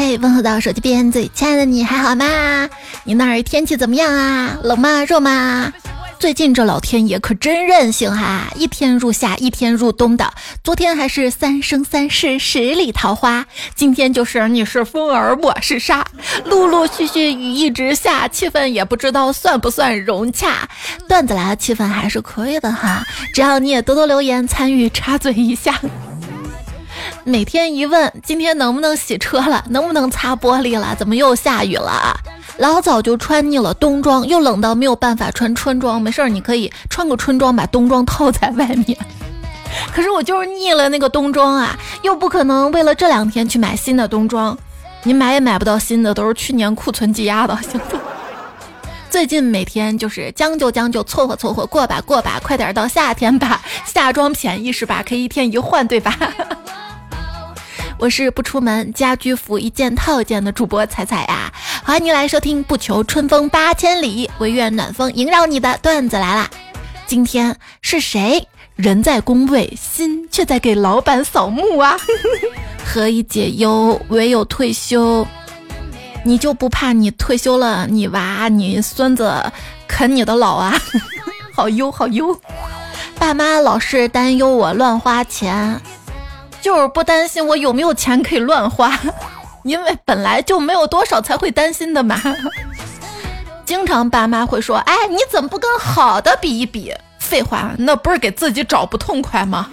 嘿，问候到手机边最亲爱的你还好吗？你那儿天气怎么样啊？冷吗？热吗？最近这老天爷可真任性哈，一天入夏一天入冬的。昨天还是三生三世十里桃花，今天就是你是风儿我是沙，陆陆续续雨一直下，气氛也不知道算不算融洽。段子来了，气氛还是可以的哈，只要你也多多留言参与插嘴一下。每天一问，今天能不能洗车了，能不能擦玻璃了，怎么又下雨了？老早就穿腻了冬装，又冷到没有办法穿春装。没事儿，你可以穿个春装把冬装套在外面。可是我就是腻了那个冬装啊，又不可能为了这2天去买新的冬装，你买也买不到新的，都是去年库存积压的。行不？最近每天就是将就凑合过吧，快点到夏天吧，夏装便宜是吧？可以一天一换对吧？我是不出门家居服一件套一件的主播彩彩呀，欢迎你来收听不求春风8000里，唯愿暖风萦绕你的段子来啦。今天是谁人在工位，心却在给老板扫墓啊？何以解忧，唯有退休。你就不怕你退休了，你娃你孙子啃你的老啊？好忧好忧。爸妈老是担忧我乱花钱，就是不担心我有没有钱可以乱花，因为本来就没有多少才会担心的嘛。经常爸妈会说，哎，你怎么不跟好的比一比？废话，那不是给自己找不痛快吗？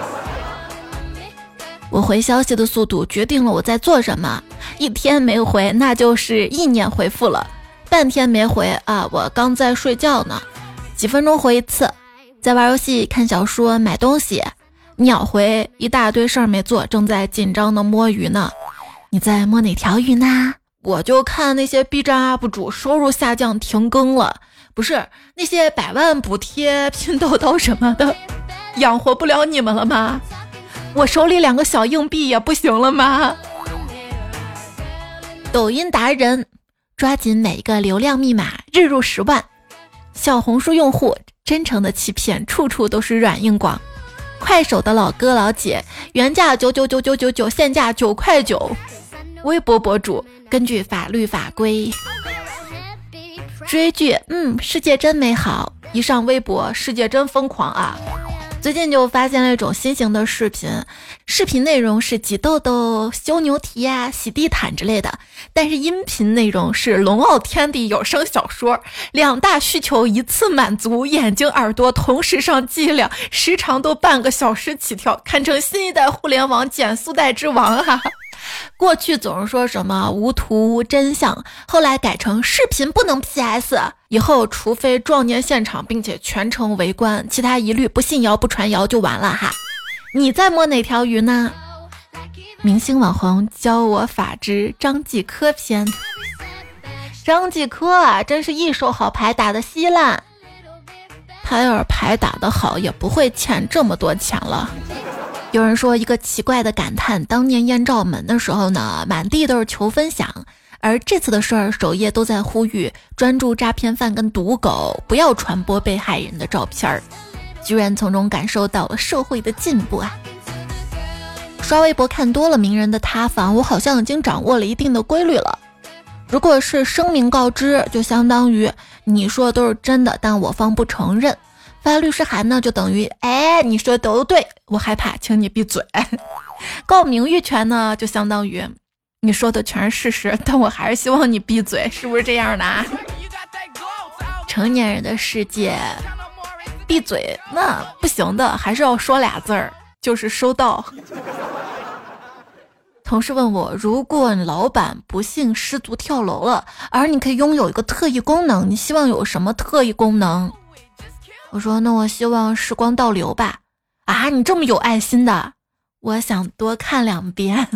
我回消息的速度决定了我在做什么，一天没回那就是1年回复了，半天没回啊，我刚在睡觉呢，几分钟回一次，在玩游戏看小说买东西，秒回一大堆事儿没做，正在紧张的摸鱼呢。你在摸哪条鱼呢？我就看那些 B 站 UP 主收入下降停更了，不是那些100万补贴拼豆豆什么的，养活不了你们了吗？我手里2个小硬币也不行了吗？抖音达人抓紧每一个流量密码，日入10万。小红书用户真诚的欺骗，处处都是软硬广。快手的老哥老姐原价99999，现价9块9。微博博主根据法律法规追剧，世界真美好，一上微博世界真疯狂啊。最近就发现了一种新型的视频内容是挤痘痘、修牛蹄呀、洗地毯之类的，但是音频内容是龙傲天地有声小说，2大需求一次满足，眼睛耳朵同时上剂量，时长都半个小时起跳，堪称新一代互联网减速带之王啊。过去总是说什么无图无真相，后来改成视频不能 PS， 以后除非壮年现场并且全程围观，其他一律不信谣不传谣就完了哈。你在摸哪条鱼呢？明星网红教我法之张继科篇。张继科啊，真是一手好牌打得稀烂，他要是牌打得好也不会欠这么多钱了。有人说一个奇怪的感叹，当年艳照门的时候呢，满地都是求分享，而这次的事儿首页都在呼吁专注诈骗犯跟毒狗不要传播被害人的照片儿，居然从中感受到了社会的进步啊。刷微博看多了名人的塌房，我好像已经掌握了一定的规律了。如果是声明告知，就相当于你说的都是真的，但我方不承认。发律师函呢，就等于你说的都对，我害怕，请你闭嘴。告名誉权呢，就相当于你说的全是事实，但我还是希望你闭嘴，是不是这样的啊？成年人的世界，闭嘴那不行的，还是要说2字儿，就是收到。同事问我，如果你老板不幸失足跳楼了，而你可以拥有一个特异功能，你希望有什么特异功能？我说那我希望时光倒流吧。啊，你这么有爱心的，我想多看2遍。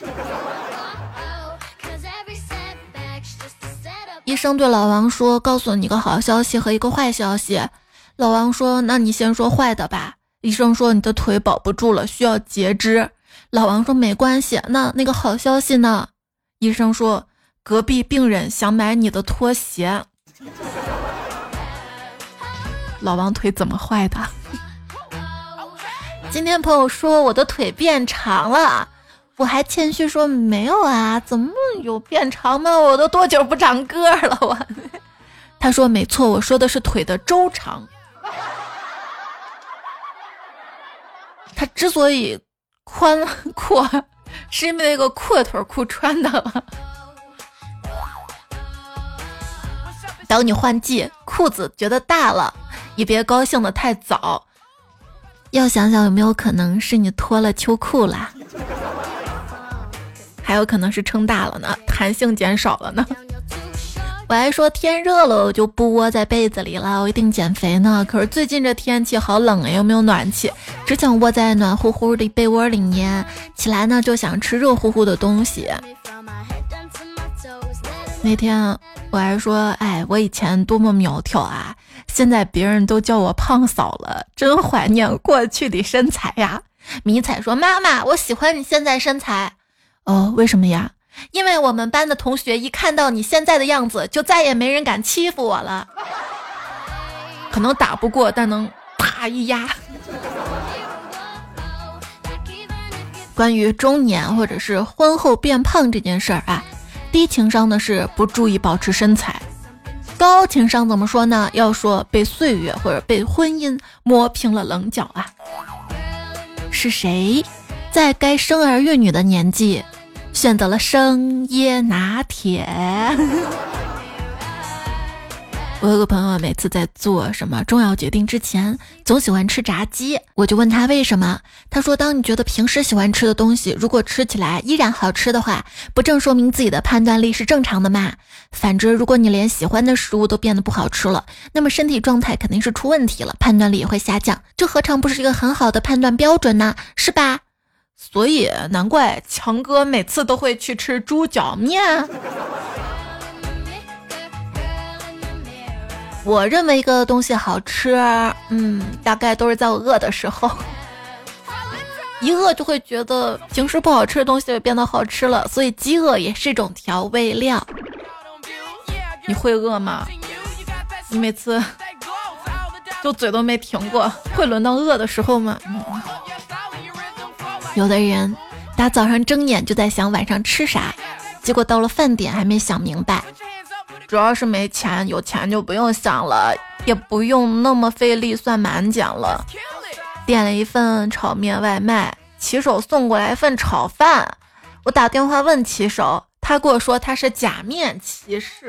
医生对老王说，告诉你个好消息和一个坏消息。老王说，那你先说坏的吧。医生说，你的腿保不住了，需要截肢。老王说，没关系，那个好消息呢？医生说，隔壁病人想买你的拖鞋。老王腿怎么坏的？今天朋友说我的腿变长了， 我还谦虚说没有啊，怎么有变长吗？我都多久不长个儿了我。他说没错，我说的是腿的周长。他之所以宽阔，是因为那个阔腿裤穿的了。当你换季，裤子觉得大了，也别高兴得太早，要想想有没有可能是你脱了秋裤啦，还有可能是撑大了呢，弹性减少了呢。我还说天热了我就不窝在被子里了，我一定减肥呢。可是最近这天气好冷啊，又没有暖气，只想窝在暖乎乎的被窝里面，起来呢就想吃热乎乎的东西。那天我还说，我以前多么苗条啊，现在别人都叫我胖嫂了，真怀念过去的身材呀。迷彩说，妈妈，我喜欢你现在身材。哦，为什么呀？因为我们班的同学一看到你现在的样子，就再也没人敢欺负我了。可能打不过，但能啪一压。关于中年或者是婚后变胖这件事儿啊，低情商的是不注意保持身材，高情商怎么说呢？要说被岁月或者被婚姻磨平了棱角啊。是谁在该生儿育女的年纪选择了生椰拿铁？我有个朋友每次在做什么重要决定之前总喜欢吃炸鸡，我就问他为什么，他说当你觉得平时喜欢吃的东西如果吃起来依然好吃的话，不正说明自己的判断力是正常的吗？反之，如果你连喜欢的食物都变得不好吃了，那么身体状态肯定是出问题了，判断力也会下降，这何尝不是一个很好的判断标准呢？是吧？所以难怪强哥每次都会去吃猪脚面。我认为一个东西好吃，大概都是在我饿的时候，一饿就会觉得平时不好吃的东西就变得好吃了，所以饥饿也是一种调味料。你会饿吗？你每次就嘴都没停过，会轮到饿的时候吗？有的人打早上睁眼就在想晚上吃啥，结果到了饭点还没想明白。主要是没钱，有钱就不用想了，也不用那么费力算满减了。点了一份炒面外卖，骑手送过来一份炒饭，我打电话问骑手，他跟我说他是假面骑士。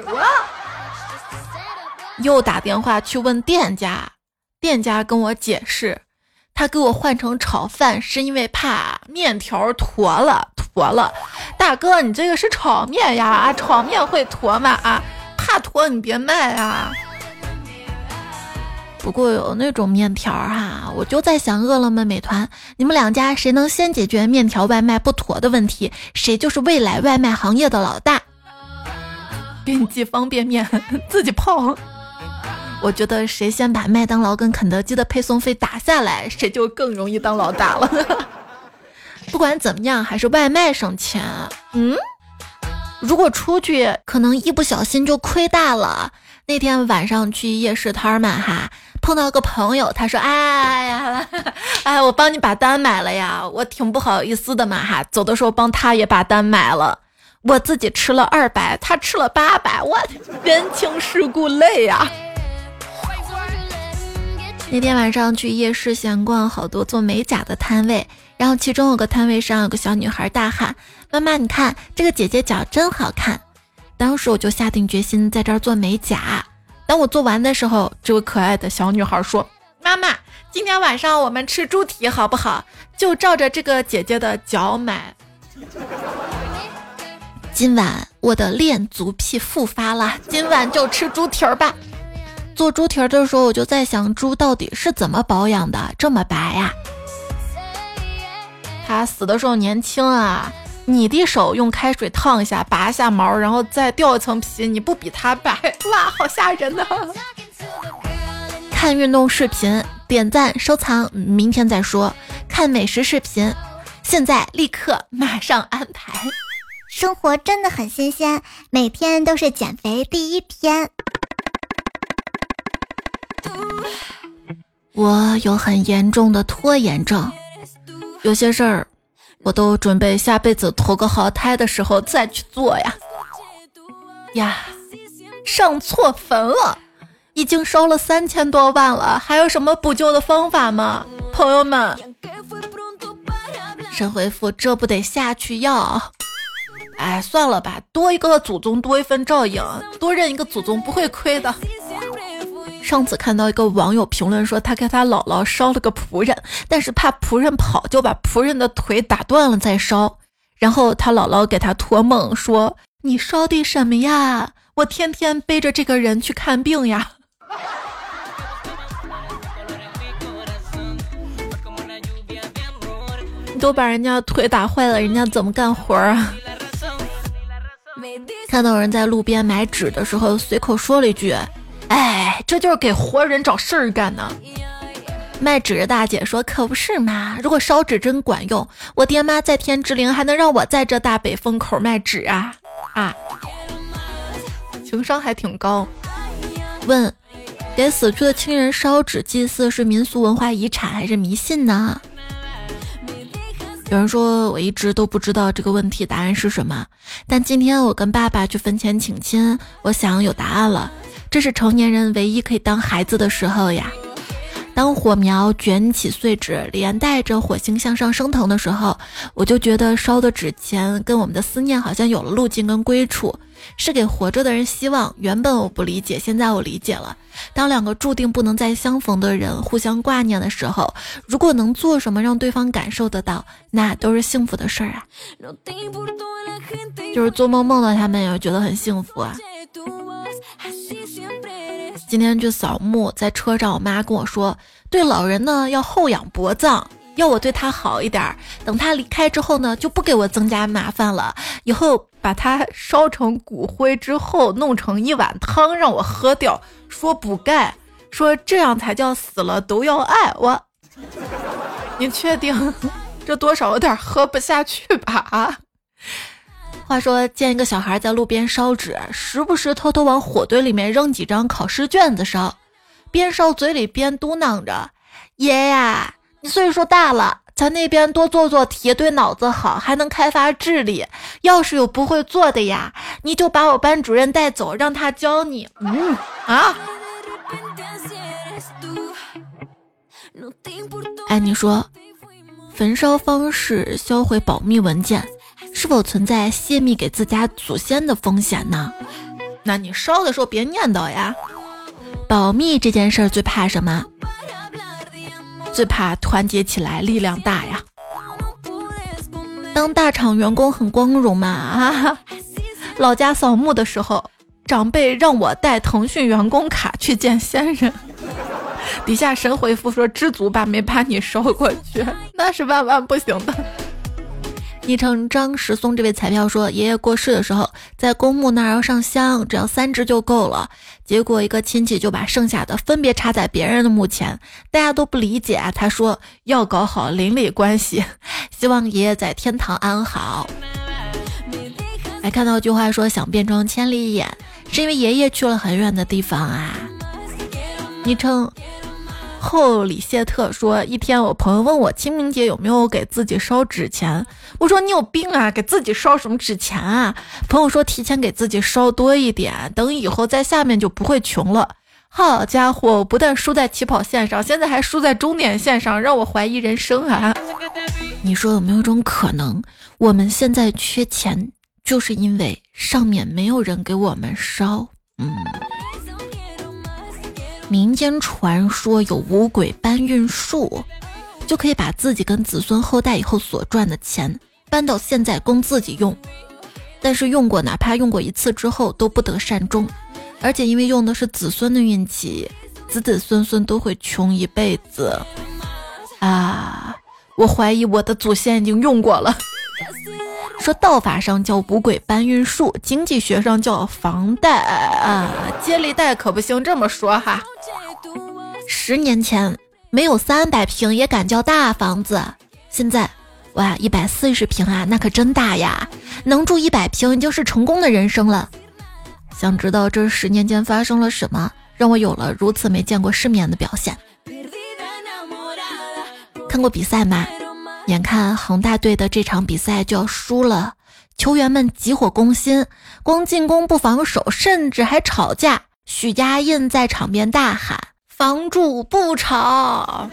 又打电话去问店家，店家跟我解释，他给我换成炒饭是因为怕面条坨了。大哥，你这个是炒面呀，炒面会坨吗？怕坨你别卖啊。不过有那种面条我就在想，饿了么美团，你们两家谁能先解决面条外卖不坨的问题，谁就是未来外卖行业的老大。给你寄方便面自己泡。我觉得谁先把麦当劳跟肯德基的配送费打下来，谁就更容易当老大了。不管怎么样，还是外卖省钱。如果出去可能一不小心就亏大了。那天晚上去夜市摊嘛碰到个朋友，他说我帮你把单买了呀，我挺不好意思的嘛走的时候帮他也把单买了，我自己吃了200，他吃了800，我人情世故累呀。那天晚上去夜市闲逛，好多做美甲的摊位，然后其中有个摊位上有个小女孩大喊，妈妈你看这个姐姐脚真好看。当时我就下定决心在这儿做美甲。当我做完的时候，这位可爱的小女孩说，妈妈今天晚上我们吃猪蹄好不好？就照着这个姐姐的脚买。今晚我的恋足癖复发了，今晚就吃猪蹄儿吧。做猪蹄儿的时候我就在想，猪到底是怎么保养的这么白呀？它死的时候年轻你的手用开水烫一下，拔下毛，然后再掉一层皮，你不比它白？哇，好吓人啊。看运动视频点赞收藏，明天再说。看美食视频现在立刻马上安排。 生活真的很新鲜，每天都是减肥第一天。 我有很严重的拖延症，有些事儿我都准备下辈子投个好胎的时候再去做呀。呀，上错坟了，已经烧了3000多万了，还有什么补救的方法吗？朋友们，神回复这不得下去要。哎，算了吧，多一个祖宗多一份照应，多认一个祖宗不会亏的。上次看到一个网友评论说，他给他姥姥烧了个仆人，但是怕仆人跑，就把仆人的腿打断了再烧。然后他姥姥给他托梦说，你烧的什么呀？我天天背着这个人去看病呀。你都把人家腿打坏了，人家怎么干活啊？看到人在路边买纸的时候，随口说了一句，哎，这就是给活人找事儿干呢。卖纸的大姐说，可不是嘛，如果烧纸真管用，我爹妈在天之灵还能让我在这大北风口卖纸啊。情商还挺高。问，给死去的亲人烧纸祭祀是民俗文化遗产还是迷信呢？有人说我一直都不知道这个问题答案是什么，但今天我跟爸爸去坟前请亲，我想有答案了。这是成年人唯一可以当孩子的时候呀。当火苗卷起碎纸，连带着火星向上升腾的时候，我就觉得烧的纸钱跟我们的思念好像有了路径跟归处，是给活着的人希望。原本我不理解，现在我理解了。当两个注定不能再相逢的人互相挂念的时候，如果能做什么让对方感受得到，那都是幸福的事儿啊。就是做梦梦到他们也觉得很幸福啊。今天去扫墓，在车上我妈跟我说，对老人呢要厚养薄葬，要我对他好一点，等他离开之后呢就不给我增加麻烦了，以后把他烧成骨灰之后弄成一碗汤让我喝掉，说补钙，说这样才叫死了都要爱我。你确定这多少有点喝不下去吧？话说见一个小孩在路边烧纸，时不时偷偷往火堆里面扔几张考试卷子烧，边烧嘴里边嘟囔着，爷呀，你岁数大了，在那边多做做题对脑子好，还能开发智力，要是有不会做的呀，你就把我班主任带走，让他教你。哎，你说焚烧方式销毁保密文件是否存在泄密给自家祖先的风险呢？那你烧的时候别念叨呀。保密这件事儿最怕什么？最怕团结起来力量大呀。当大厂员工很光荣嘛。老家扫墓的时候，长辈让我带腾讯员工卡去见先人，底下神回复说知足吧，没把你烧过去，那是万万不行的。昵称张石松这位彩票说，爷爷过世的时候在公墓那儿要上香，只要3支就够了，结果一个亲戚就把剩下的分别插在别人的墓前，大家都不理解啊。他说要搞好邻里关系，希望爷爷在天堂安好。还看到一句话说，想变成千里眼是因为爷爷去了很远的地方啊。昵称后里谢特说，一天我朋友问我清明节有没有给自己烧纸钱，我说你有病啊，给自己烧什么纸钱啊？朋友说提前给自己烧多一点，等以后在下面就不会穷了。好家伙，我不但输在起跑线上，现在还输在终点线上，让我怀疑人生啊。你说有没有一种可能，我们现在缺钱就是因为上面没有人给我们烧？民间传说有五鬼搬运术，就可以把自己跟子孙后代以后所赚的钱搬到现在供自己用，但是哪怕用过一次之后都不得善终，而且因为用的是子孙的运气，子子孙孙都会穷一辈子啊！我怀疑我的祖先已经用过了。说道法上叫五鬼搬运术，经济学上叫房贷啊，接力贷可不行这么说哈。10年前没有300平也敢叫大房子，现在哇140平啊，那可真大呀，能住100平已经是成功的人生了。想知道这10年间发生了什么，让我有了如此没见过世面的表现？看过比赛吗？ 眼看恒大队的这场比赛就要输了，球员们急火攻心，光进攻不防守，甚至还吵架。许家印在场边大喊：房主不吵。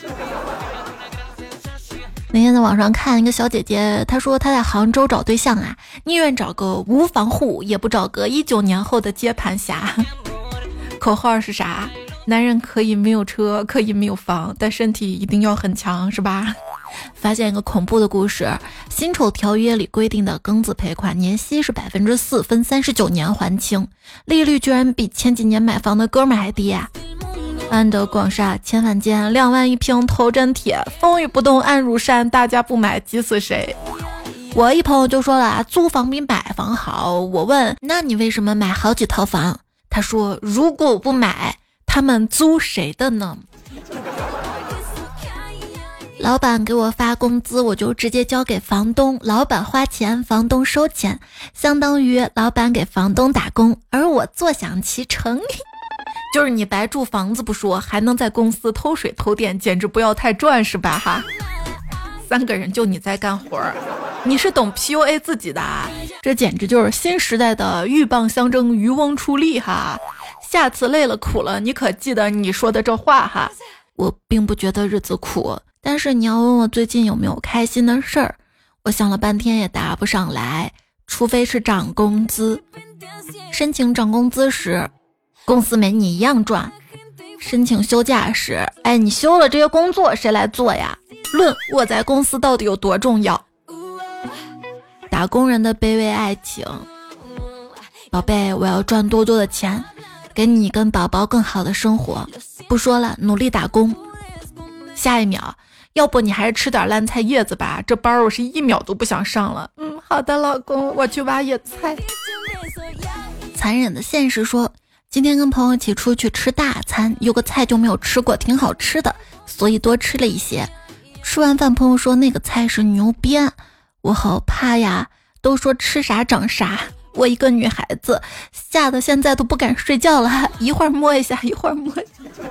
那天在网上看一个小姐姐，她说她在杭州找对象啊，宁愿找个无房户，也不找个19年后的接盘侠。口号是啥？男人可以没有车，可以没有房，但身体一定要很强，是吧？发现一个恐怖的故事，辛丑条约里规定的庚子赔款年息是4%，分39年还清，利率居然比前几年买房的哥们还低啊！安德广厦千万间，2万1平头真铁，风雨不动安如山，大家不买急死谁？我一朋友就说了，租房比买房好。我问，那你为什么买好几套房？他说，如果我不买，他们租谁的呢？老板给我发工资，我就直接交给房东，老板花钱，房东收钱，相当于老板给房东打工，而我坐享其成。就是你白住房子不说，还能在公司偷水偷电，简直不要太赚是吧哈？3个人就你在干活，你是懂 PUA 自己的啊？这简直就是新时代的鹬蚌相争，渔翁出利哈！下次累了苦了，你可记得你说的这话哈。我并不觉得日子苦，但是你要问我最近有没有开心的事儿，我想了半天也答不上来，除非是涨工资。申请涨工资时，公司没你一样赚；申请休假时，你休了这些工作谁来做呀？论我在公司到底有多重要。打工人的卑微爱情，宝贝，我要赚多多的钱，给你跟宝宝更好的生活。不说了，努力打工。下一秒，要不你还是吃点烂菜叶子吧，这班我是1秒都不想上了。好的老公，我去挖野菜。残忍的现实说，今天跟朋友一起出去吃大餐，有个菜就没有吃过，挺好吃的，所以多吃了一些。吃完饭，朋友说那个菜是牛鞭，我好怕呀，都说吃啥长啥，我一个女孩子吓得现在都不敢睡觉了，一会儿摸一下，一会儿摸一下。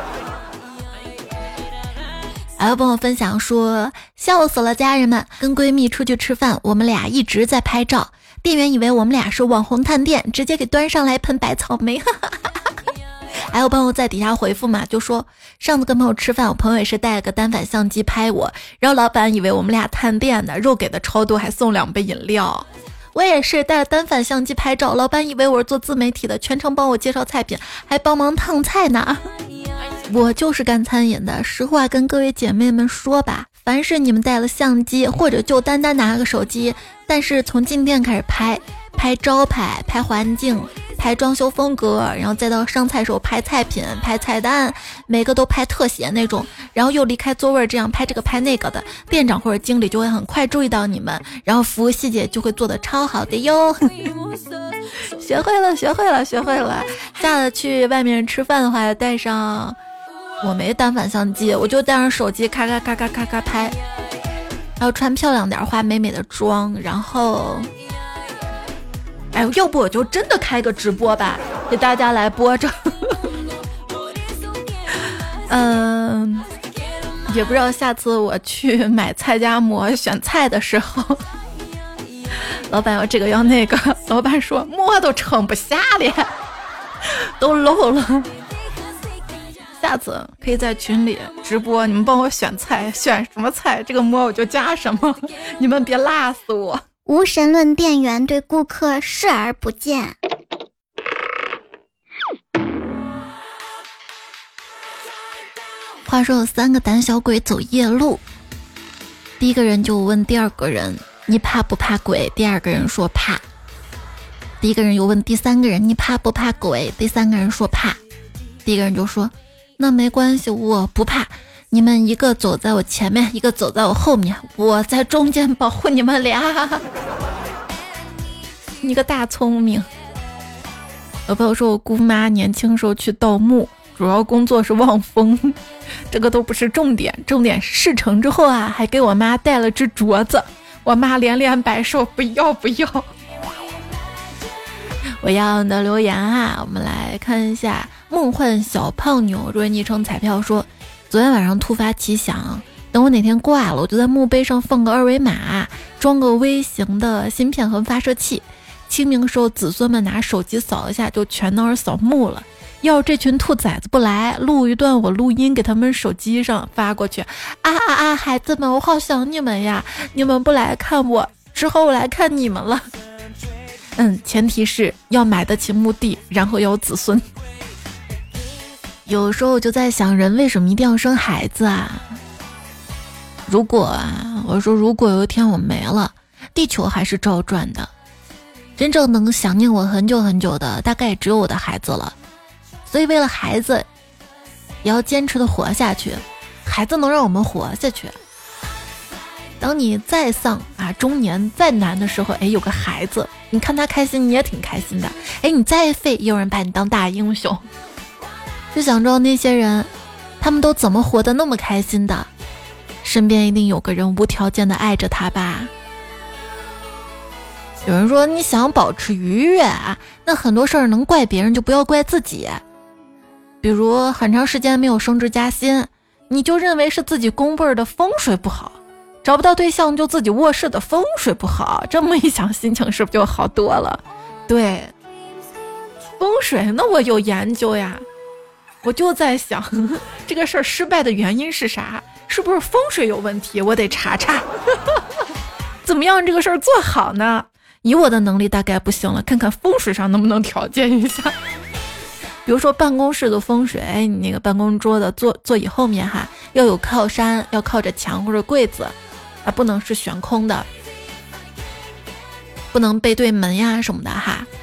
还有朋友分享说，笑死了家人们，跟闺蜜出去吃饭，我们俩一直在拍照，店员以为我们俩是网红探店，直接给端上来盆白草莓。还有朋友在底下回复嘛，就说上次跟朋友吃饭，我朋友也是带了个单反相机拍我，然后老板以为我们俩探店的，肉给的超多，还送2杯饮料。我也是带了单反相机拍照，老板以为我是做自媒体的，全程帮我介绍菜品，还帮忙烫菜呢。我就是干餐饮的，实话跟各位姐妹们说吧，凡是你们带了相机，或者就单单拿个手机，但是从进店开始拍招牌，拍环境，拍装修风格，然后再到上菜时候拍菜品，拍菜单，每个都拍特写那种，然后又离开座位这样拍这个拍那个的，店长或者经理就会很快注意到你们，然后服务细节就会做得超好的哟。学会了，下次去外面吃饭的话，带上，我没单反相机，我就带上手机咔拍，然后穿漂亮点，化美美的妆，然后要不我就真的开个直播吧，给大家来播着。也不知道下次我去买菜夹馍选菜的时候，老板要这个要那个，老板说馍都盛不下了，都漏了。下次可以在群里直播，你们帮我选菜，选什么菜这个馍我就加什么，你们别辣死我。 无神论店员对顾客视而不见。 话说有3个胆小鬼走夜路，第一个人就问第二个人，你怕不怕鬼？第二个人说怕。第一个人又问第3个人，你怕不怕鬼？第3个人说怕。第一个人就说，那没关系，我不怕，你们一个走在我前面，一个走在我后面，我在中间保护你们俩。你个大聪明。有朋友说我姑妈年轻时候去盗墓，主要工作是望风，这个都不是重点，重点是事成之后啊，还给我妈带了只镯子，我妈连连摆手，不要。我要你的留言啊，我们来看一下梦幻小胖妞，这位昵称彩票说，昨天晚上突发奇想， 等我哪天挂了，我就在墓碑上放个二维码，装个微型的芯片和发射器。清明时候子孙们拿手机扫一下就全能扫墓了。要是这群兔崽子不来，录一段我录音给他们手机上发过去。孩子们，我好想你们呀！你们不来看我，之后我来看你们了。前提是要买得起墓地，然后有子孙。有时候我就在想，人为什么一定要生孩子啊？如果有一天我没了，地球还是照转的，真正能想念我很久很久的，大概也只有我的孩子了。所以为了孩子，也要坚持的活下去。孩子能让我们活下去。当你再丧中年再难的时候，有个孩子，你看他开心，你也挺开心的。你再废，也有人把你当大英雄。就想着那些人，他们都怎么活得那么开心的？身边一定有个人无条件的爱着他吧。有人说，你想保持愉悦那很多事儿能怪别人就不要怪自己。比如很长时间没有升职加薪，你就认为是自己工位的风水不好，找不到对象就自己卧室的风水不好，这么一想心情是不是就好多了？对，风水那我有研究呀，我就在想这个事儿失败的原因是啥？是不是风水有问题？我得查查怎么样让这个事儿做好呢？以我的能力大概不行了，看看风水上能不能调节一下。比如说办公室的风水，你那个办公桌的座椅后面要有靠山，要靠着墙或者柜子不能是悬空的，不能背对门呀什么的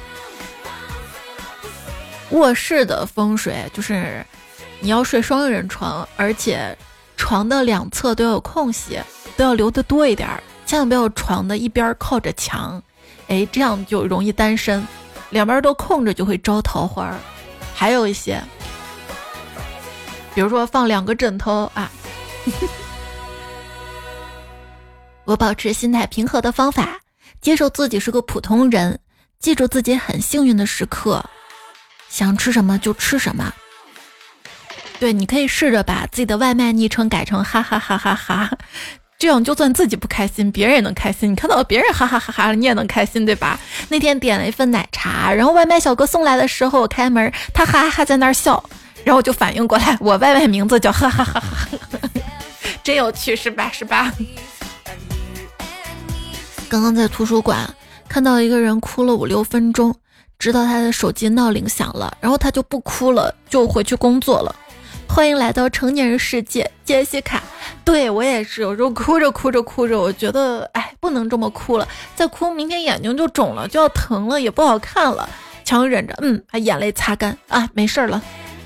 卧室的风水就是你要睡双人床，而且床的两侧都要有空隙，都要留得多一点，千万不要床的一边靠着墙，这样就容易单身，两边都空着就会招桃花。还有一些比如说放2个枕头我保持心态平和的方法，接受自己是个普通人，记住自己很幸运的时刻，想吃什么就吃什么。对，你可以试着把自己的外卖昵称改成哈哈哈哈哈，这样就算自己不开心，别人也能开心。你看到别人哈哈哈哈，你也能开心，对吧？那天点了一份奶茶，然后外卖小哥送来的时候，我开门，他哈哈在那儿笑，然后我就反应过来，我外卖名字叫哈哈哈哈，真有趣是吧？是吧？刚刚在图书馆看到一个人哭了5-6分钟，直到他的手机闹铃响了，然后他就不哭了，就回去工作了。欢迎来到成年人世界，杰西卡。对，我也是，有时候哭着，我觉得不能这么哭了，再哭明天眼睛就肿了，就要疼了，也不好看了，强忍着，把眼泪擦干没事了。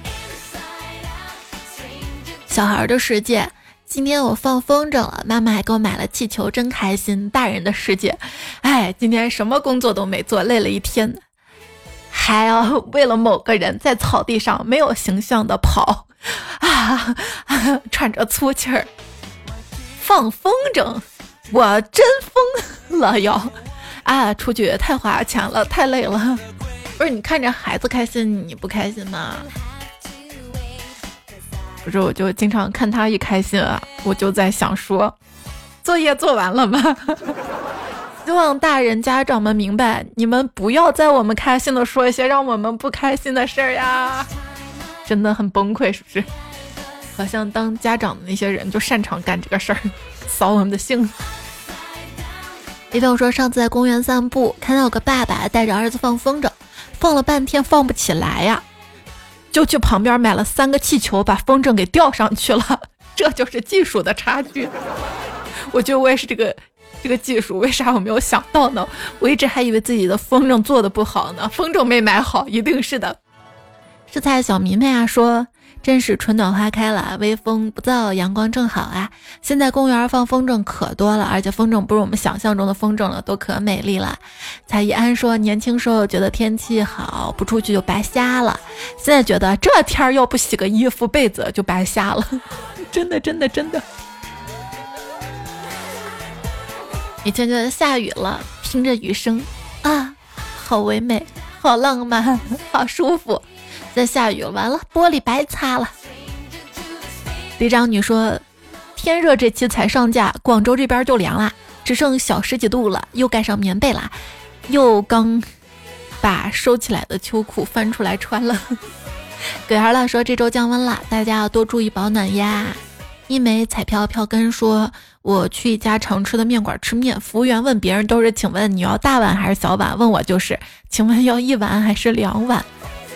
小孩的世界，今天我放风筝了，妈妈还给我买了气球，真开心。大人的世界，今天什么工作都没做，累了一天，还要为了某个人在草地上没有形象的跑喘着粗气儿放风筝，我真疯了要出去太花钱了，太累了。不是，你看着孩子开心你不开心吗？不是，我就经常看他一开心我就在想说，作业做完了吗？希望大人家长们明白，你们不要在我们开心的说一些让我们不开心的事儿呀，真的很崩溃，是不是？好像当家长的那些人就擅长干这个事儿，扫我们的兴。一朋友说，上次在公园散步，看到有个爸爸带着儿子放风筝，放了半天放不起来呀，就去旁边买了3个气球，把风筝给吊上去了。这就是技术的差距。我觉得我也是这个技术，为啥我没有想到呢？我一直还以为自己的风筝做的不好呢，风筝没买好，一定是的。是菜小迷妹说，真是春暖花开了，微风不燥，阳光正好现在公园放风筝可多了，而且风筝不是我们想象中的风筝了，都可美丽了。蔡依安说，年轻时候觉得天气好，不出去就白瞎了，现在觉得这天要不洗个衣服被子就白瞎了。真的。以前觉得下雨了，听着雨声好唯美，好浪漫，好舒服。在下雨完了，玻璃白擦了。李长女说， 天热这期才上架，广州这边就凉啦，只剩小10几度了，又盖上棉被啦，又刚把收起来的秋裤翻出来穿了。给儿了说这周降温了，大家要多注意保暖呀。一枚彩票票根说，我去一家常吃的面馆吃面，服务员问别人都是请问你要大碗还是小碗，问我就是请问要1碗还是2碗。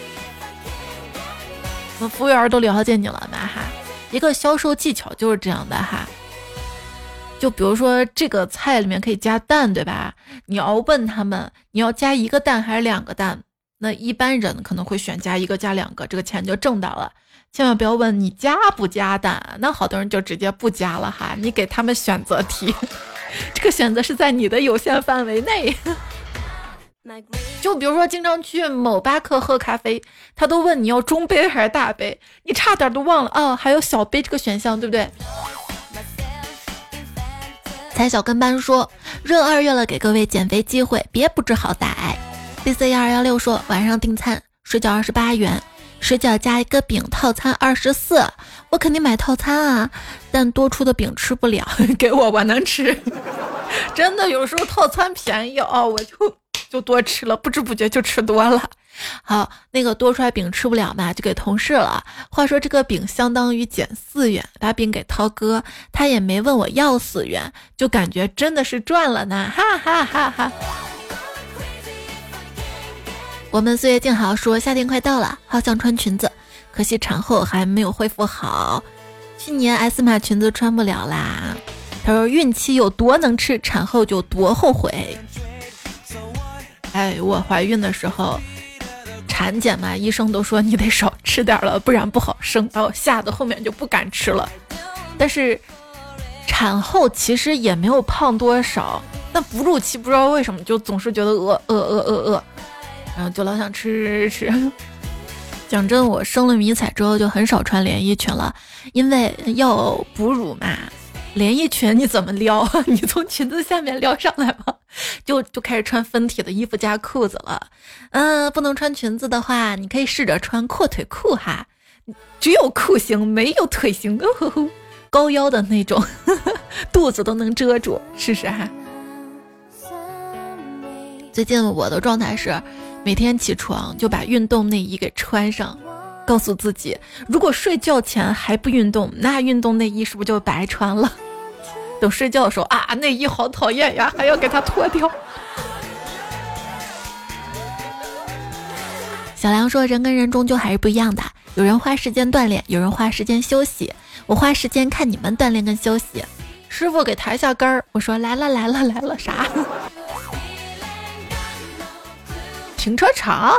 我们服务员都了解你了吧哈，一个销售技巧就是这样的哈，就比如说这个菜里面可以加蛋对吧，你要问他们你要加1个蛋还是2个蛋，那一般人可能会选加1个加2个，这个钱就挣到了。千万不要问你加不加蛋，那好多人就直接不加了哈，你给他们选择题，这个选择是在你的有限范围内。就比如说经常去某巴克喝咖啡，他都问你要中杯还是大杯，你差点都忘了哦，还有小杯这个选项对不对？才小跟班说热2月了，给各位减肥机会，别不知好歹。BC1216 说晚上订餐水饺28元，水饺加1个饼套餐24，我肯定买套餐啊，但多出的饼吃不了，给我能吃。真的有时候套餐便宜哦，我就多吃了，不知不觉就吃多了。好，那个多出来饼吃不了嘛，就给同事了。话说这个饼相当于减4元，把饼给涛哥，他也没问我要4元，就感觉真的是赚了呢，哈哈哈哈。我们岁月静好说夏天快到了，好想穿裙子，可惜产后还没有恢复好，去年 S 码裙子穿不了啦。他说孕期有多能吃，产后就多后悔。哎，我怀孕的时候产检嘛，医生都说你得少吃点了，不然不好生，把我吓得后面就不敢吃了。但是产后其实也没有胖多少，但哺乳期不知道为什么就总是觉得饿，然后就老想吃。讲真，我生了迷彩之后就很少穿连衣裙了，因为要哺乳嘛，连衣裙你怎么撩？你从裙子下面撩上来吗？就开始穿分体的衣服加裤子了。不能穿裙子的话，你可以试着穿阔腿裤哈，只有裤型没有腿型，高腰的那种，肚子都能遮住，试试哈。最近我的状态是每天起床就把运动内衣给穿上，告诉自己如果睡觉前还不运动，那运动内衣是不是就白穿了？等睡觉的时候啊，内衣好讨厌呀，还要给它脱掉。小梁说人跟人终究还是不一样的，有人花时间锻炼，有人花时间休息，我花时间看你们锻炼跟休息。师傅给抬下杆儿，我说来了啥？停车场。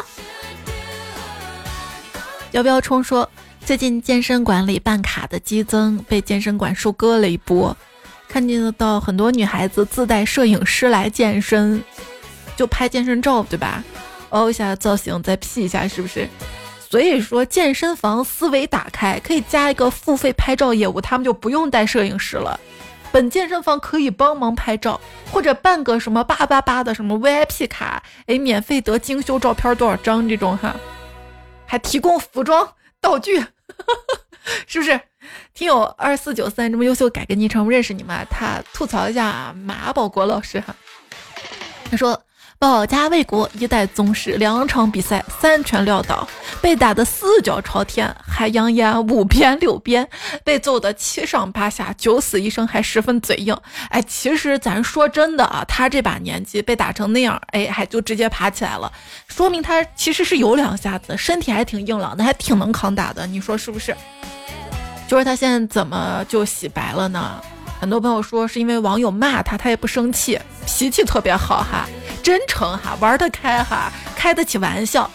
要不要冲说最近健身馆里办卡的激增，被健身馆收割了一波，看见得到很多女孩子自带摄影师来健身，就拍健身照对吧，凹一下造型再 P 一下是不是？所以说健身房思维打开，可以加一个付费拍照业务，他们就不用带摄影师了，本健身房可以帮忙拍照，或者办个什么888的什么 VIP 卡，免费得精修照片多少张这种哈，还提供服装道具是不是？听友2493这么优秀，改个昵称认识你吗？他吐槽一下马保国老师哈，他说保家卫国一代宗师，2场比赛3拳撂倒，被打得4脚朝天，还扬言5鞭6鞭，被揍得7上8下9死1生，还十分嘴硬。其实咱说真的啊，他这把年纪被打成那样，还就直接爬起来了，说明他其实是有2下子，身体还挺硬朗的，还挺能扛打的，你说是不是？就是他现在怎么就洗白了呢？很多朋友说是因为网友骂他，他也不生气，脾气特别好哈，真诚哈，玩得开哈，开得起玩笑。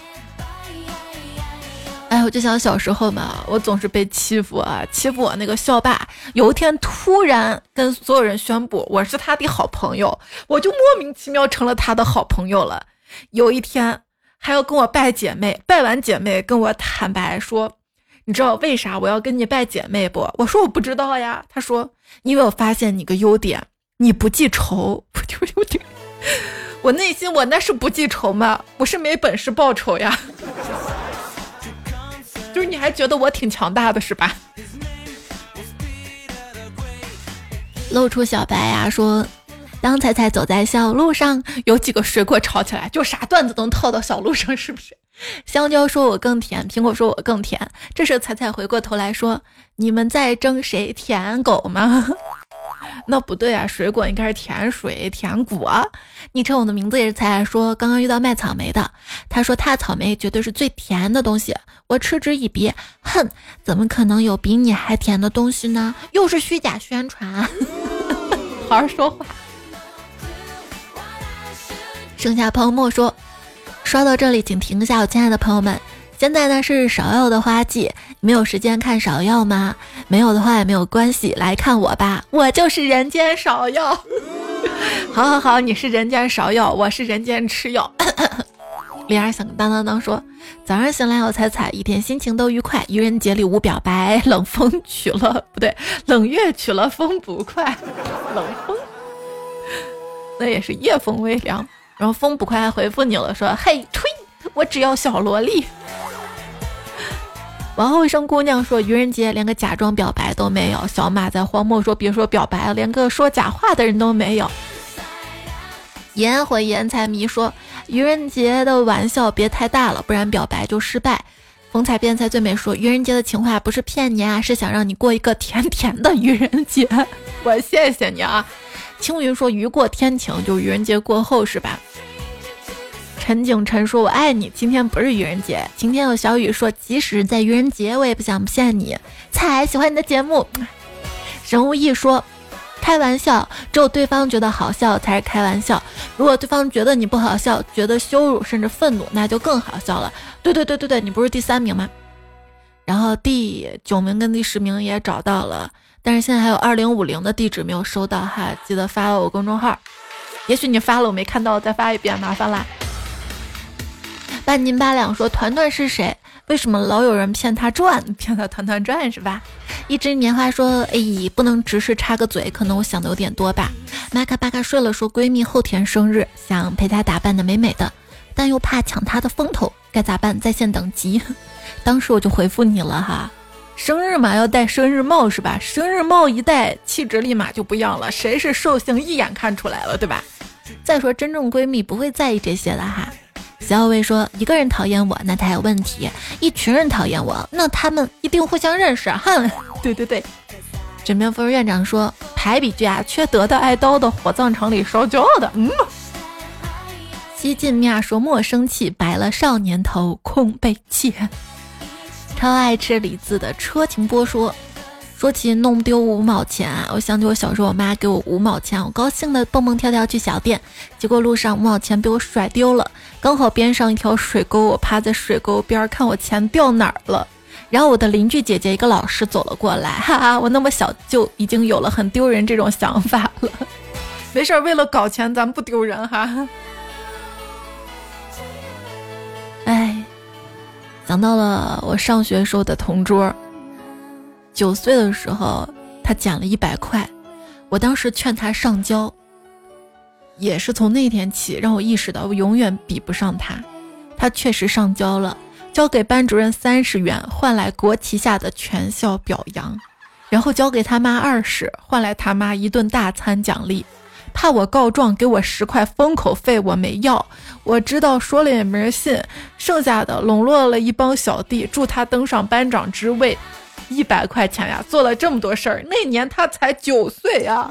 我就想小时候嘛，我总是被欺负啊，欺负我那个校霸，有一天突然跟所有人宣布我是他的好朋友，我就莫名其妙成了他的好朋友了。有一天还要跟我拜姐妹，拜完姐妹跟我坦白说，你知道为啥我要跟你拜姐妹不？我说我不知道呀。他说因为我发现你个优点，你不记仇。我内心我那是不记仇吗？我是没本事报仇呀。就是你还觉得我挺强大的是吧？ 露出小白呀说，当彩彩走在小路上，有几个水果吵起来，就啥段子都能套到小路上，是不是？香蕉说我更甜，苹果说我更甜。这时彩彩回过头来说，你们在争谁舔狗吗？那不对啊，水果应该是甜水甜果啊。昵称我的名字也是彩彩说，刚刚遇到卖草莓的，他说他草莓绝对是最甜的东西，我嗤之以鼻，哼，怎么可能有比你还甜的东西呢？又是虚假宣传。好好说话。剩下泡沫说，刷到这里请停一下，我亲爱的朋友们，现在呢是芍药的花季，你们有时间看芍药吗？没有的话也没有关系，来看我吧，我就是人间芍药。好，你是人间芍药，我是人间吃药。铃儿响当当当说，早上醒来我彩彩，一天心情都愉快，愚人节里无表白，冷月取了风不快，冷风那也是夜风微凉。然后风不快还回复你了，说嘿推，我只要小萝莉。王后一生姑娘说，愚人节连个假装表白都没有。小马在荒漠说，别说表白了，连个说假话的人都没有。颜回颜财迷说，愚人节的玩笑别太大了，不然表白就失败。风采变彩最美说，愚人节的情话不是骗你啊，是想让你过一个甜甜的愚人节。我谢谢你啊。青云说，鱼过天晴就愚人节过后是吧？陈景晨说，我爱你，今天不是愚人节。今天有小雨说，即使在愚人节我也不想骗你。彩喜欢你的节目。神无意说，开玩笑只有对方觉得好笑才是开玩笑，如果对方觉得你不好笑，觉得羞辱甚至愤怒，那就更好笑了。对，你不是第3名吗？然后第9名跟第10名也找到了，但是现在还有2050的地址没有收到哈，记得发了我公众号，也许你发了我没看到，再发一遍麻烦啦。半斤八两说，团团是谁？为什么老有人骗他赚，骗他团团转是吧？一枝棉花说，哎，不能直视插个嘴，可能我想的有点多吧。玛卡巴卡睡了说，闺蜜后天生日，想陪她打扮的美美的，但又怕抢她的风头，该咋办？在线等急。当时我就回复你了哈，生日嘛要戴生日帽是吧？生日帽一戴，气质立马就不一样了，谁是寿星一眼看出来了对吧？再说真正闺蜜不会在意这些的哈。小薇说，一个人讨厌我那他有问题，一群人讨厌我那他们一定互相认识。哼，对。枕边夫人院长说，排比句啊，缺德的爱刀的火葬场里烧焦的。西晋米娅说，莫生气，白了少年头，空被切。超爱吃李子的车情波说起弄丢5毛钱啊，我想起我小时候我妈给我5毛钱，我高兴的蹦蹦跳跳去小店，结果路上5毛钱被我甩丢了，刚好边上一条水沟，我趴在水沟边看我钱掉哪儿了，然后我的邻居姐姐一个老师走了过来，哈哈，我那么小就已经有了很丢人这种想法了。没事，为了搞钱咱不丢人哈。哎，想到了我上学时候的同桌，9岁的时候他捡了100块，我当时劝他上交，也是从那天起让我意识到我永远比不上他。他确实上交了，交给班主任30元，换来国旗下的全校表扬，然后交给他妈20，换来他妈一顿大餐奖励。怕我告状给我10块封口费，我没要，我知道说了也没人信，剩下的笼络了一帮小弟，助他登上班长之位。100块钱呀，做了这么多事儿，那年他才9岁呀。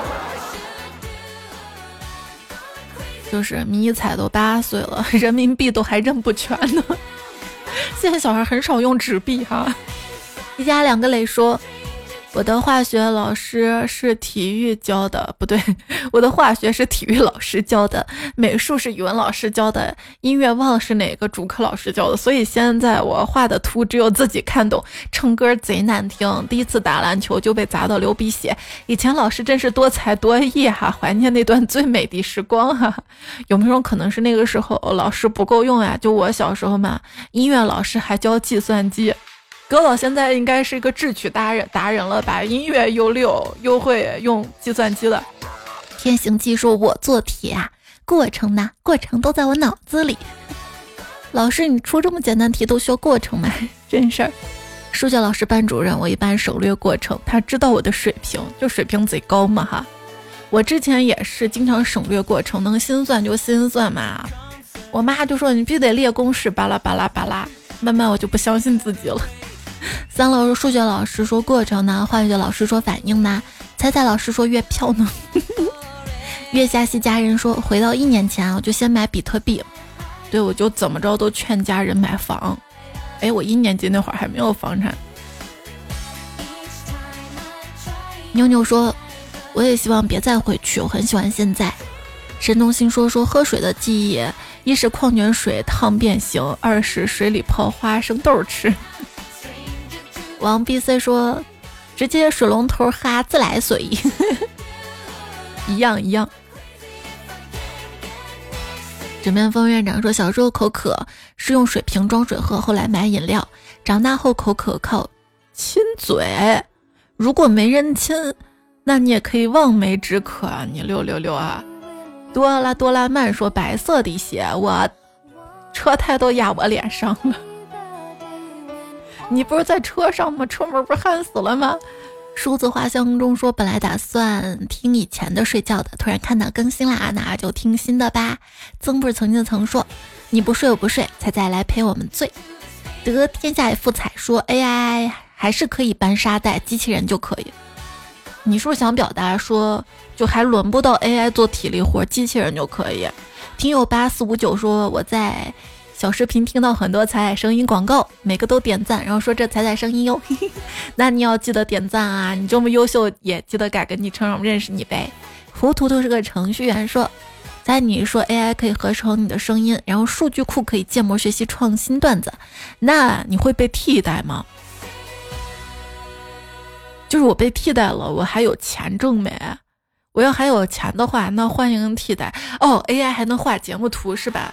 就是迷彩都8岁了，人民币都还认不全呢。现在小孩很少用纸币哈。一家2个磊说，我的化学老师是体育教的，不对，我的化学是体育老师教的，美术是语文老师教的，音乐忘了是哪个主课老师教的，所以现在我画的图只有自己看懂，唱歌贼难听，第一次打篮球就被砸到流鼻血，以前老师真是多才多艺哈，怀念那段最美的时光哈。有没有种可能是那个时候老师不够用呀？就我小时候嘛，音乐老师还教计算机，葛老现在应该是一个智取达人了吧，音乐又溜又会用计算机了。天行技说，我做题啊，过程呢？过程都在我脑子里。老师，你出这么简单题都需要过程吗？真事儿。 数学老师班主任，我一般省略过程，他知道我的水平，就水平贼高嘛哈。我之前也是经常省略过程，能心算就心算嘛。我妈就说你必须得列公式，巴拉巴拉巴拉。慢慢我就不相信自己了。3楼数学老师说过程呢，化学老师说反应呢，彩彩老师说月票呢。月下西家人说回到1年前我就先买比特币，对，我就怎么着都劝家人买房。我1年级那会儿还没有房产。妞妞说我也希望别再回去，我很喜欢现在。沈东兴说喝水的记忆，一是矿泉水烫变形，二是水里泡花生豆吃。王 BC 说直接水龙头哈自来水。一样。枕边风院长说小时候口渴是用水瓶装水喝，后来买饮料，长大后口渴靠亲嘴，如果没人亲，那你也可以望梅止渴啊，你666啊。多拉曼说白色的鞋，我车胎都压我脸上了。你不是在车上吗？车门不是焊死了吗？数字花香中说本来打算听以前的睡觉的，突然看到更新啦，那就听新的吧。曾不是曾说你不睡我不睡，才再来陪我们醉。得天下富彩说 AI 还是可以搬沙袋，机器人就可以。你是不是想表达说就还轮不到 AI 做体力活，机器人就可以？听友8459说我在小视频听到很多彩彩声音广告，每个都点赞，然后说这彩彩声音哟。那你要记得点赞啊，你这么优秀也记得改个昵称让我们认识你呗。糊涂涂是个程序员说在你说 AI 可以合成你的声音，然后数据库可以建模学习创新段子，那你会被替代吗？就是我被替代了，我还有钱挣没？我要还有钱的话，那欢迎替代。AI 还能画节目图是吧？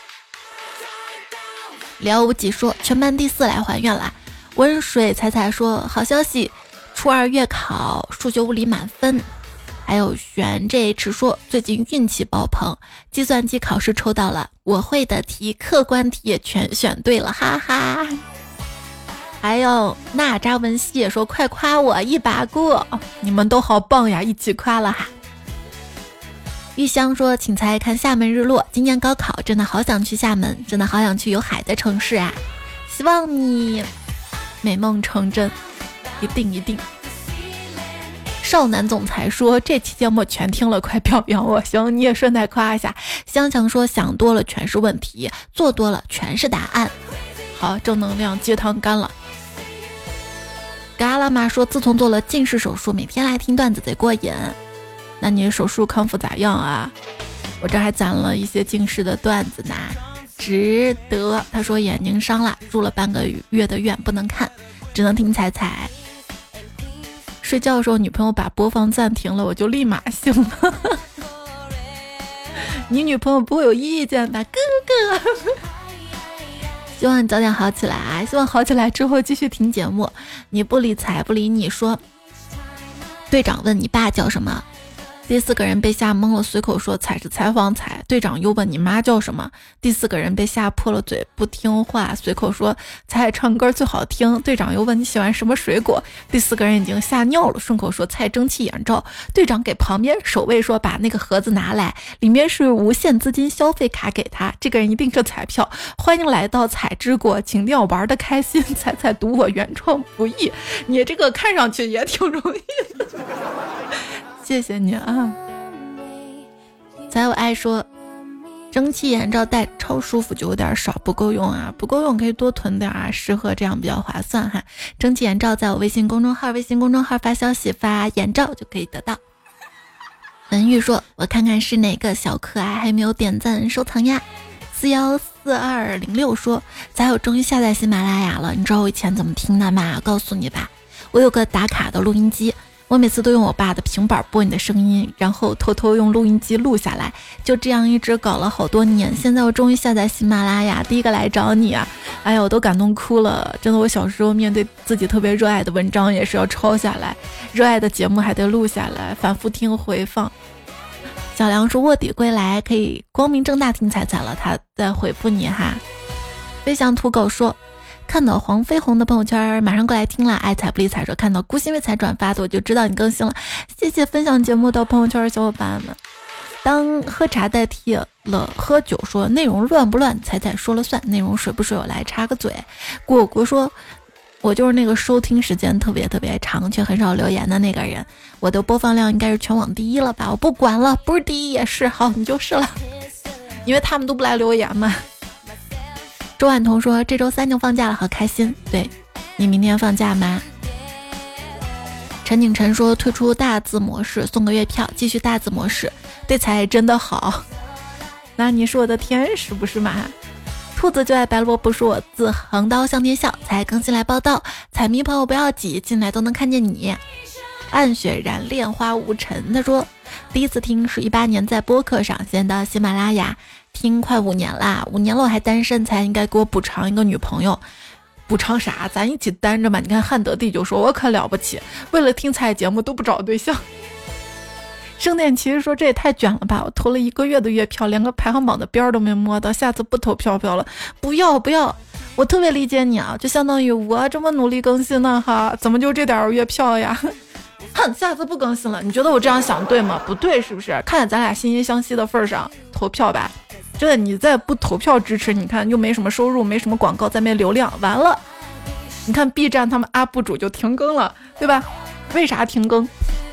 聊无几说全班第4来还愿了。温水彩彩说好消息，初2月考数学物理满分。还有玄 JH 说最近运气爆棚，计算机考试抽到了我会的题，客观题也全选对了，哈哈。还有娜扎文西也说快夸我一把过，你们都好棒呀，一起夸了哈。玉香说请猜看厦门日落，今年高考真的好想去厦门，真的好想去有海的城市啊，希望你美梦成真，一定。少男总裁说这期节目全听了，快表扬我。行，你也顺带夸一下。香香说想多了全是问题，做多了全是答案。好，正能量鸡汤干了。嘎啦妈说自从做了近视手术，每天来听段子贼过瘾。那你手术康复咋样啊？我这还攒了一些近视的段子呢，值得。他说眼睛伤了，住了半个月的院不能看，只能听彩彩。睡觉的时候女朋友把播放暂停了，我就立马醒了。你女朋友不会有意见吧，哥哥？希望你早点好起来啊！希望好起来之后继续听节目。你不理睬不理你说，队长问你爸叫什么？第4个人被吓懵了，随口说彩是采访彩。队长又问你妈叫什么？第4个人被吓破了嘴，不听话，随口说彩唱歌最好听。队长又问你喜欢什么水果？第4个人已经吓尿了，顺口说彩蒸汽眼罩。队长给旁边守卫说把那个盒子拿来，里面是无限资金消费卡给他，这个人一定是彩票。欢迎来到彩之国，请一定要玩得开心，彩彩读我原创不易。你这个看上去也挺容易的。谢谢你啊。才有爱说蒸汽眼罩戴超舒服，就有点少，不够用啊，不够用可以多囤点啊，适合这样比较划算哈。蒸汽眼罩在我微信公众号发消息发眼罩就可以得到。文玉说我看看是哪个小可爱还没有点赞收藏呀。414206说才有终于下载喜马拉雅了，你知道我以前怎么听的吗？告诉你吧，我有个打卡的录音机，我每次都用我爸的平板播你的声音，然后偷偷用录音机录下来，就这样一直搞了好多年。现在我终于下载喜马拉雅，第一个来找你啊！哎呀，我都感动哭了。真的，我小时候面对自己特别热爱的文章也是要抄下来，热爱的节目还得录下来，反复听回放。小梁说卧底归来可以光明正大听彩彩了，他在回复你哈。飞翔土狗说看到黄飞鸿的朋友圈，马上过来听了。爱财不理财说看到孤心为财转发的，我就知道你更新了，谢谢分享节目到朋友圈的小伙伴们。当喝茶代替了喝酒说内容乱不乱，彩彩说了算，内容水不水我来插个嘴。果果说我就是那个收听时间特别长却很少留言的那个人，我的播放量应该是全网第一了吧，我不管了，不是第一也是，好你就是了，因为他们都不来留言嘛。周婉彤说这周3就放假了，好开心。对，你明天放假吗？陈景晨说退出大字模式送个月票，继续大字模式，对财真的好。那你是我的天使不是吗？兔子就爱白萝卜说我自横刀向天笑，才更新来报道，彩迷朋友不要挤，进来都能看见你。暗雪染恋花无尘，他说第一次听是18年在播客上，现在到喜马拉雅听快5年啦，5年了我还单身，才应该给我补偿一个女朋友。补偿啥？咱一起单着吧。你看汉德帝就说我可了不起，为了听彩节目都不找对象。圣殿骑士说这也太卷了吧，我投了1个月的月票，连个排行榜的边都没摸到，下次不投票了。不要，我特别理解你啊，就相当于我这么努力更新呢哈，怎么就这点月票呀？哼，下次不更新了。你觉得我这样想对吗？不对是不是？看在咱俩惺惺相惜的份上投票吧。真的，你再不投票支持，你看又没什么收入，没什么广告，再没流量，完了。你看 B 站他们 UP 主就停更了，对吧？为啥停更？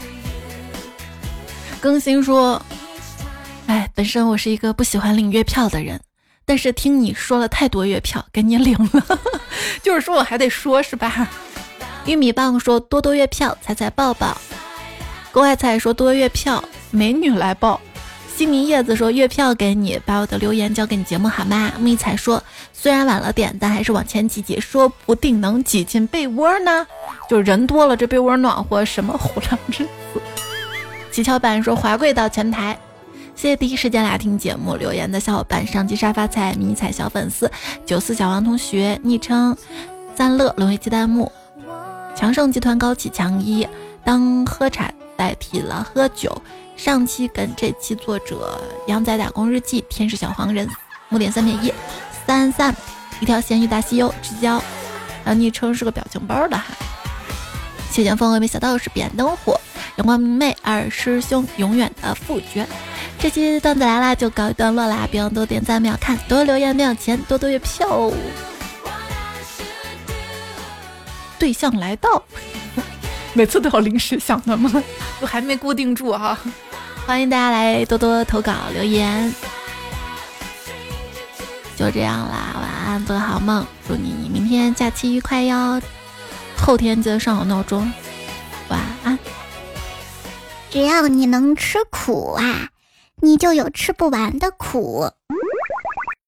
更新说，本身我是一个不喜欢领月票的人，但是听你说了太多月票，给你领了。就是说我还得说是吧？玉米棒说多多月票，彩彩抱抱。郭爱彩说多月票，美女来报。西米叶子说月票给你，把我的留言交给你节目好吗？木一彩说虽然晚了点，但还是往前挤，说不定能挤进被窝呢。就人多了，这被窝暖和，什么虎狼之词。七巧板说华贵到前台，谢谢第一时间来听节目留言的小伙伴：上期沙发菜、迷彩小粉丝、94小王同学、昵称三乐、沦为鸡蛋木、强盛集团高启强一。当喝茶代替了喝酒，上期跟这期作者羊仔打工日记、天使小黄人、木点3.1、33、一条咸鱼大西游、之交，昵称是个表情包的哈。谢剑锋、微小道士、扁灯火、阳光明媚、二师兄、永远的副角。这期段子来啦，就告一段落啦，别忘多点赞、秒看、多留言、秒钱、多月票。对象来到。每次都要临时想的吗？我还没固定住哈。欢迎大家来多多投稿留言。就这样啦，晚安，做个好梦，祝你明天假期愉快哟。后天记得上好闹钟。晚安。 只要你能吃苦啊，你就有吃不完的苦。